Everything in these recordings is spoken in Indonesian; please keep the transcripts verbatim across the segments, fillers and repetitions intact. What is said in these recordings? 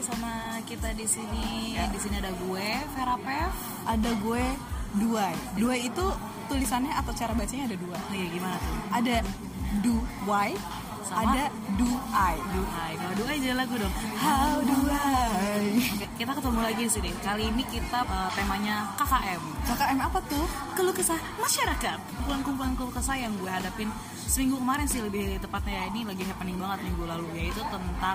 sama kita di sini. Ya. Di sini ada gue, Vera Pev. Ada gue Duai. Duai itu tulisannya atau cara bacanya ada dua. Oh iya, gimana tuh? Ada Duai, Sama? ada Duai. Duhai. Kalau Duhai jadi lagu dong. How do I? Kita ketemu lagi di sini. Kali ini kita uh, temanya K K M. K K M apa tuh? Keluh kesah masyarakat. Kumpulan-kumpulan keluh kesah yang gue hadapin seminggu kemarin sih, lebih tepatnya ya, ini lagi happening banget minggu lalu, yaitu tentang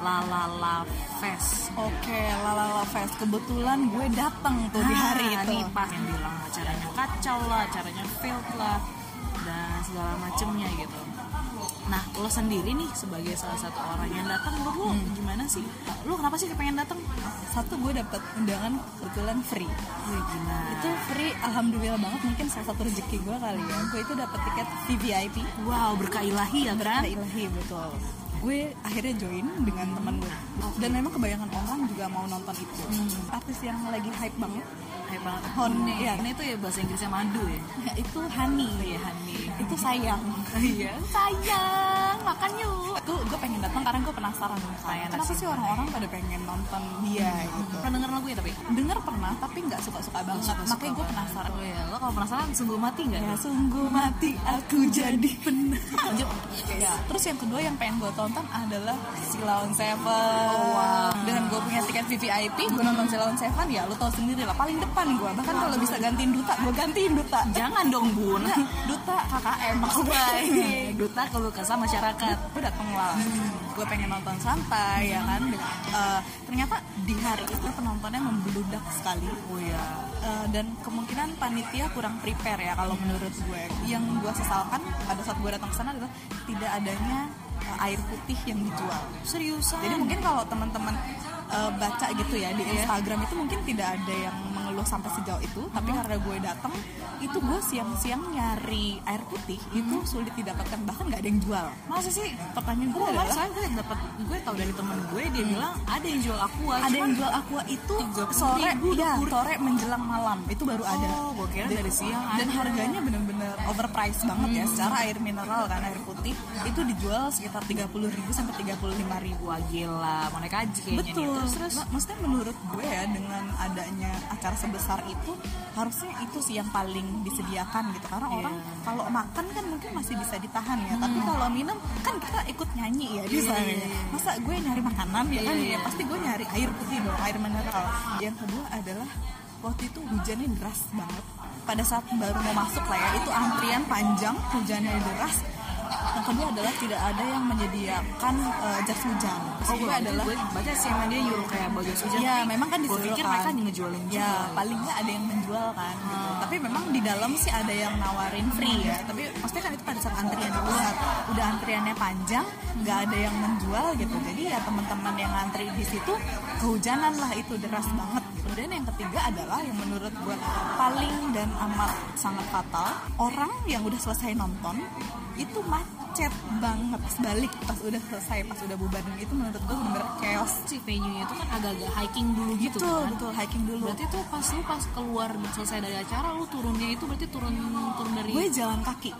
Lalala Fest. Oke, Lalala Fest. Kebetulan gue datang tuh di hari Ah, itu. Nih pas yang bilang acaranya kacau lah, acaranya failed lah, dan segala macemnya gitu. Nah, lo sendiri nih sebagai salah satu orang yang datang, lo, lo Hmm. gimana sih? Lo kenapa sih kepengen datang? Satu, gue dapet undangan kebetulan free. Wih, gimana? Itu free, alhamdulillah banget. Mungkin salah satu rezeki gue kali ya. Gue itu dapet tiket V V I P. Wow, berkah ilahi ya kan? Ada ilahi, betul. Gue akhirnya join dengan teman gue. Dan memang kebanyakan orang juga mau nonton itu. Hmm. Artis yang lagi hype banget, Hype banget. Honey. Iya, ini tuh ya bahasa Inggrisnya madu ya. ya, itu Hani. Iya, Hani. Itu sayang. Iya, sayang, makan yuk. Itu gue pengen datang karena gue penasaran. Sayang, Kenapa sih orang-orang pada pengen nonton dia gitu? Pernah denger lagu ya tapi? Denger pernah, tapi nggak suka-suka banget. Suka-suka Makanya gue banget. penasaran. Oh iya, lo kalau penasaran sungguh mati nggak? Ya sungguh mati aku jadi benar. Lanjut. Ya, terus yang kedua yang pengen gue tonton adalah Silaun Seven. Oh, wow. Dengan gue punya tiket V V I P, gue nonton Silaun Seven, ya lo tau sendiri lah, paling depan gue. Bahkan kalau bisa gantiin duta, gue gantiin duta. Jangan dong bun. Nah, duta K K M maksudnya. Duta keluh kesah masyarakat. Gue dateng lah, gue pengen nonton santai ya kan. Eh, ternyata di hari itu penontonnya membludak sekali. Oh ya. Uh, dan kemungkinan panitia kurang prepare ya kalau menurut gue. Yang gue sesalkan pada saat gue datang ke sana adalah tidak adanya uh, air putih yang dijual. Seriusan? Jadi mungkin kalau teman-teman uh, baca gitu ya di Instagram itu mungkin tidak ada yang mengeluh sampai sejauh itu. Tapi karena gue datang, itu gue siang-siang nyari air putih itu sulit didapatkan, bahkan nggak ada yang jual. Masa sih? Pertanyaan gue Gue adalah, soalnya gue dapat, gue tahu dari temen gue, dia bilang ada yang jual aqua. ada yang jual aqua itu tiga puluh sore, ribu, ya, dua puluh. sore menjelang malam itu baru ada. Oh, gue kira dari siang Dan ada. harganya bener-bener overpriced banget ya. Secara air mineral kan, air putih itu dijual sekitar tiga puluh ribu sampai tiga puluh lima ribu. Wah gila, mau naik haji kayaknya nih. Betul. Terus terus. Nah, maksudnya menurut gue ya, dengan adanya acara sebesar itu harusnya itu sih yang paling disediakan gitu. Karena Iya. orang kalau makan kan mungkin masih bisa ditahan ya. Tapi kalau minum kan kita ikut nyanyi ya di sana. Iya. Masa gue nyari makanan ya kan? Iya, Ya iya. pasti gue nyari air putih dong, air mineral. Yang kedua adalah waktu itu hujannya deras banget. Pada saat baru mau masuk lah ya, itu antrian panjang, hujannya deras. Yang kedua adalah tidak ada yang menyediakan uh, jas hujan. Terus Oh, gue gue adalah gue baca sih emang dia nyuruh kayak baju hujan. ya memang kan gue disuruh pikir kan. mereka ngejualin juga. Ya paling nggak ada yang menjual kan gitu. Tapi memang di dalam sih ada yang nawarin free ya. Tapi maksudnya kan itu pada saat antrian di luar, udah antriannya panjang, nggak ada yang menjual gitu. Jadi ya teman-teman yang ngantri di situ kehujanan lah, itu deras banget. Kemudian yang ketiga adalah yang menurut gue paling dan amat sangat fatal, orang yang udah selesai nonton itu macet banget balik pas udah selesai, pas udah bubar. Dan itu menurut gue bener-bener chaos. Si venue itu kan agak-agak hiking dulu gitu Betul, kan. betul, hiking dulu. Berarti tuh pas lu pas keluar selesai dari acara, lu turunnya itu berarti turun turun dari. Gue jalan kaki.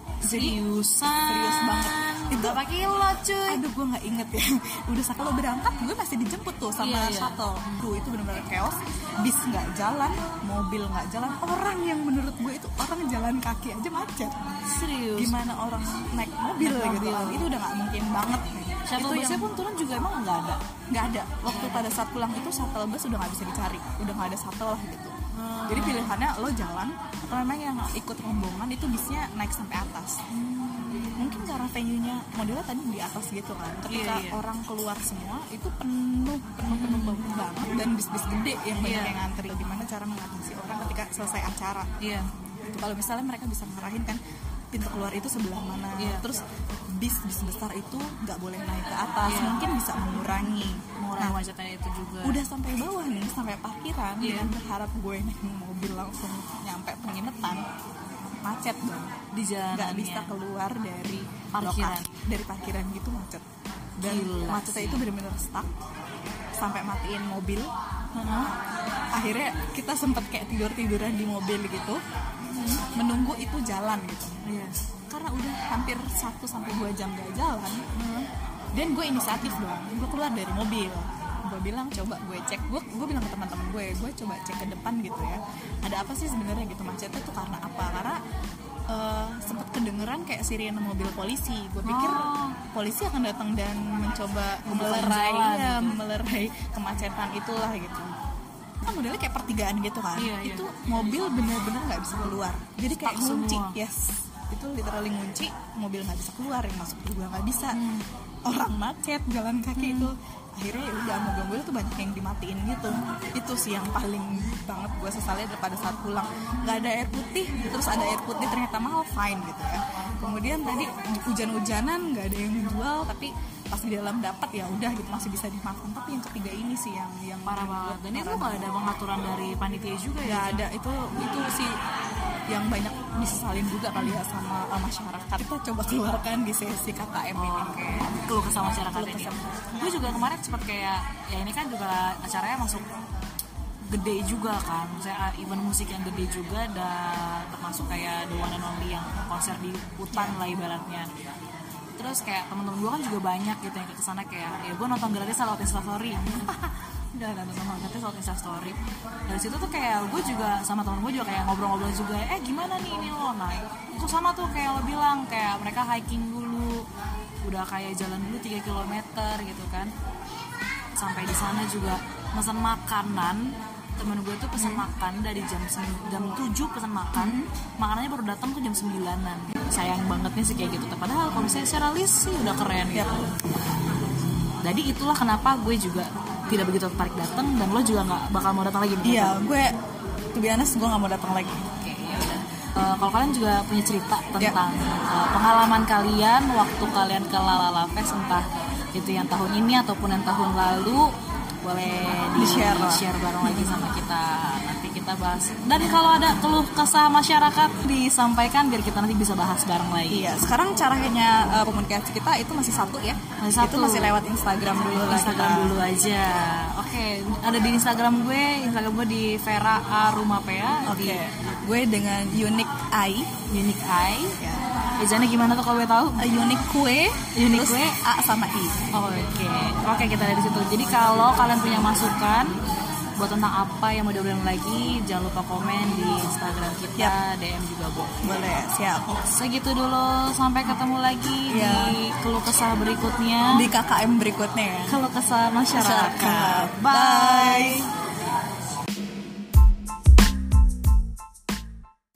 Seriusan? Serius banget. Itu berapa kilo cuy? Aduh, gue nggak inget ya. Udah kalau berangkat gue masih dijemput tuh sama Iya, iya. shuttle. Duh, itu benar-benar chaos. Bis nggak jalan, mobil nggak jalan. Orang yang menurut gue itu orang jalan kaki aja macet. Serius? Gimana orang naik mobil Naik gitu mobil. kan? Itu udah nggak mungkin banget. Shuttle itu busnya yang pun turun juga emang nggak ada. nggak ada. Waktu pada saat pulang itu shuttle bus udah nggak bisa dicari. Udah nggak ada shuttle lah gitu. Hmm. Jadi pilihannya lo jalan, atau memang yang ikut rombongan itu bisnya naik sampai atas. Mungkin karena venue-nya modelnya tadi di atas gitu kan. Ketika Iya, iya. orang keluar semua itu penuh penuh penuh banget banget, dan bis-bis gede yang banyak Iya. yang ngantri. Gimana cara mengatasi orang ketika selesai acara? Iya. Itu kalau misalnya mereka bisa ngarahin kan pintu keluar itu sebelah mana. Iya. Terus bis-bis besar itu nggak boleh naik ke atas. Iya. Mungkin bisa mengurangi. Mengurangi Nah, macetnya itu juga. udah sampai bawah nih, sampai parkiran, Iya. dengan berharap gue naik mobil langsung nyampe penginapan, macet dong. Di jalanannya. Nggak bisa keluar dari Parkiran. lokasi, dari parkiran gitu macet. Dan Gila macetnya sih. itu benar-benar stuck sampai matiin mobil. Akhirnya kita sempat kayak tidur-tiduran di mobil gitu, menunggu itu jalan gitu. Iya. Karena udah hampir satu sampai dua jam gak jalan. Dan gue inisiatif dong, gue keluar dari mobil, gue gue bilang coba gue cek, gue gue bilang ke teman-teman gue, gue coba cek ke depan gitu ya, ada apa sih sebenarnya gitu, macetnya tuh karena apa, karena uh, sempat kedengeran kayak sirene mobil polisi. Gue pikir oh. polisi akan datang dan mencoba melerai ya, gitu. melerai kemacetan itulah gitu. Kan modelnya kayak pertigaan gitu kan, iya, itu iya. mobil benar-benar nggak bisa keluar, jadi kayak Stuck ngunci, semua. yes, itu literally ngunci, mobil nggak bisa keluar, yang masuk juga nggak bisa, hmm. orang macet, jalan kaki hmm. itu, akhirnya ya udah mobil-mobil tuh banyak yang dimatiin gitu. Itu sih yang paling banget gue sesalnya daripada saat pulang nggak ada air putih, terus ada air putih ternyata mahal, fine gitu ya. Kemudian tadi hujan-hujanan nggak ada yang menjual, tapi pas di dalam dapat ya udah gitu, masih bisa dimakan. Tapi yang ketiga ini sih yang yang parah banget. Dan itu nggak ada pengaturan dari panitia juga ya? Nggak ada, itu itu sih yang banyak disesalin juga kali ya sama uh, masyarakat. Kita coba keluarkan di sesi K K M oh, ini. Oke, okay. Keluh kesah masyarakat Keluh ini. kesah. Gue juga kemarin sempat kayak, ya ini kan juga acaranya masuk gede juga kan, misalnya event musik yang gede juga, dan termasuk kayak the one and only yang konser di hutan lah ibaratnya. Terus kayak temen-temen gue kan juga banyak gitu yang kesana, kayak ya gue nonton gratis lewat Instastory. Udah nonton gratis lewat Instastory. Dari situ tuh kayak gue juga sama temen gue juga kayak ngobrol-ngobrol juga, eh gimana nih ini lo, nah itu sama tuh kayak lo bilang, kayak mereka hiking dulu, udah kayak jalan dulu tiga kilometer gitu kan, sampai di sana juga pesan makanan. Temen gue tuh pesan hmm. makan dari jam jam tujuh pesan makan, hmm. makanannya baru datang tuh jam sembilanan. Sayang banget nih sih kayak gitu. Padahal kalau misalnya secara list sih udah keren gitu. Ya. Jadi itulah kenapa gue juga tidak begitu tertarik datang, dan lo juga nggak bakal mau datang lagi. Iya, gue to be honest gue nggak mau datang lagi. Oke, ya udah. Uh, kalau kalian juga punya cerita tentang ya. uh, pengalaman kalian waktu kalian ke Lalala Fest, entah itu yang tahun ini ataupun yang tahun lalu, boleh di share, share bareng lagi sama kita, nanti kita bahas. Dan kalau ada keluh kesah masyarakat disampaikan biar kita nanti bisa bahas bareng lagi. Iya, sekarang caranya uh, komunikasi kita itu masih satu ya. Masih satu. Itu masih lewat Instagram dulu lah. Instagram kita. dulu aja. Oke, okay. Ada di Instagram gue, Instagram gue di Vera A Rumapea. Oke. Okay. Gue dengan Unique Eye, Unique Eye. Ya. Ejanya gimana tuh kalau gue tahu? Uh, unique kue, unique kue A sama I. Oh, Oke, okay. Oke okay, kita dari situ. Jadi kalau kalian punya masukan buat tentang apa yang mau diobrolin lagi, jangan lupa komen di Instagram kita, yep. D M juga boleh. Boleh, siap. Segitu dulu, sampai ketemu lagi yeah. di keluh kesah berikutnya. Di K K M berikutnya ya. Keluh kesah masyarakat. masyarakat. Bye. Bye.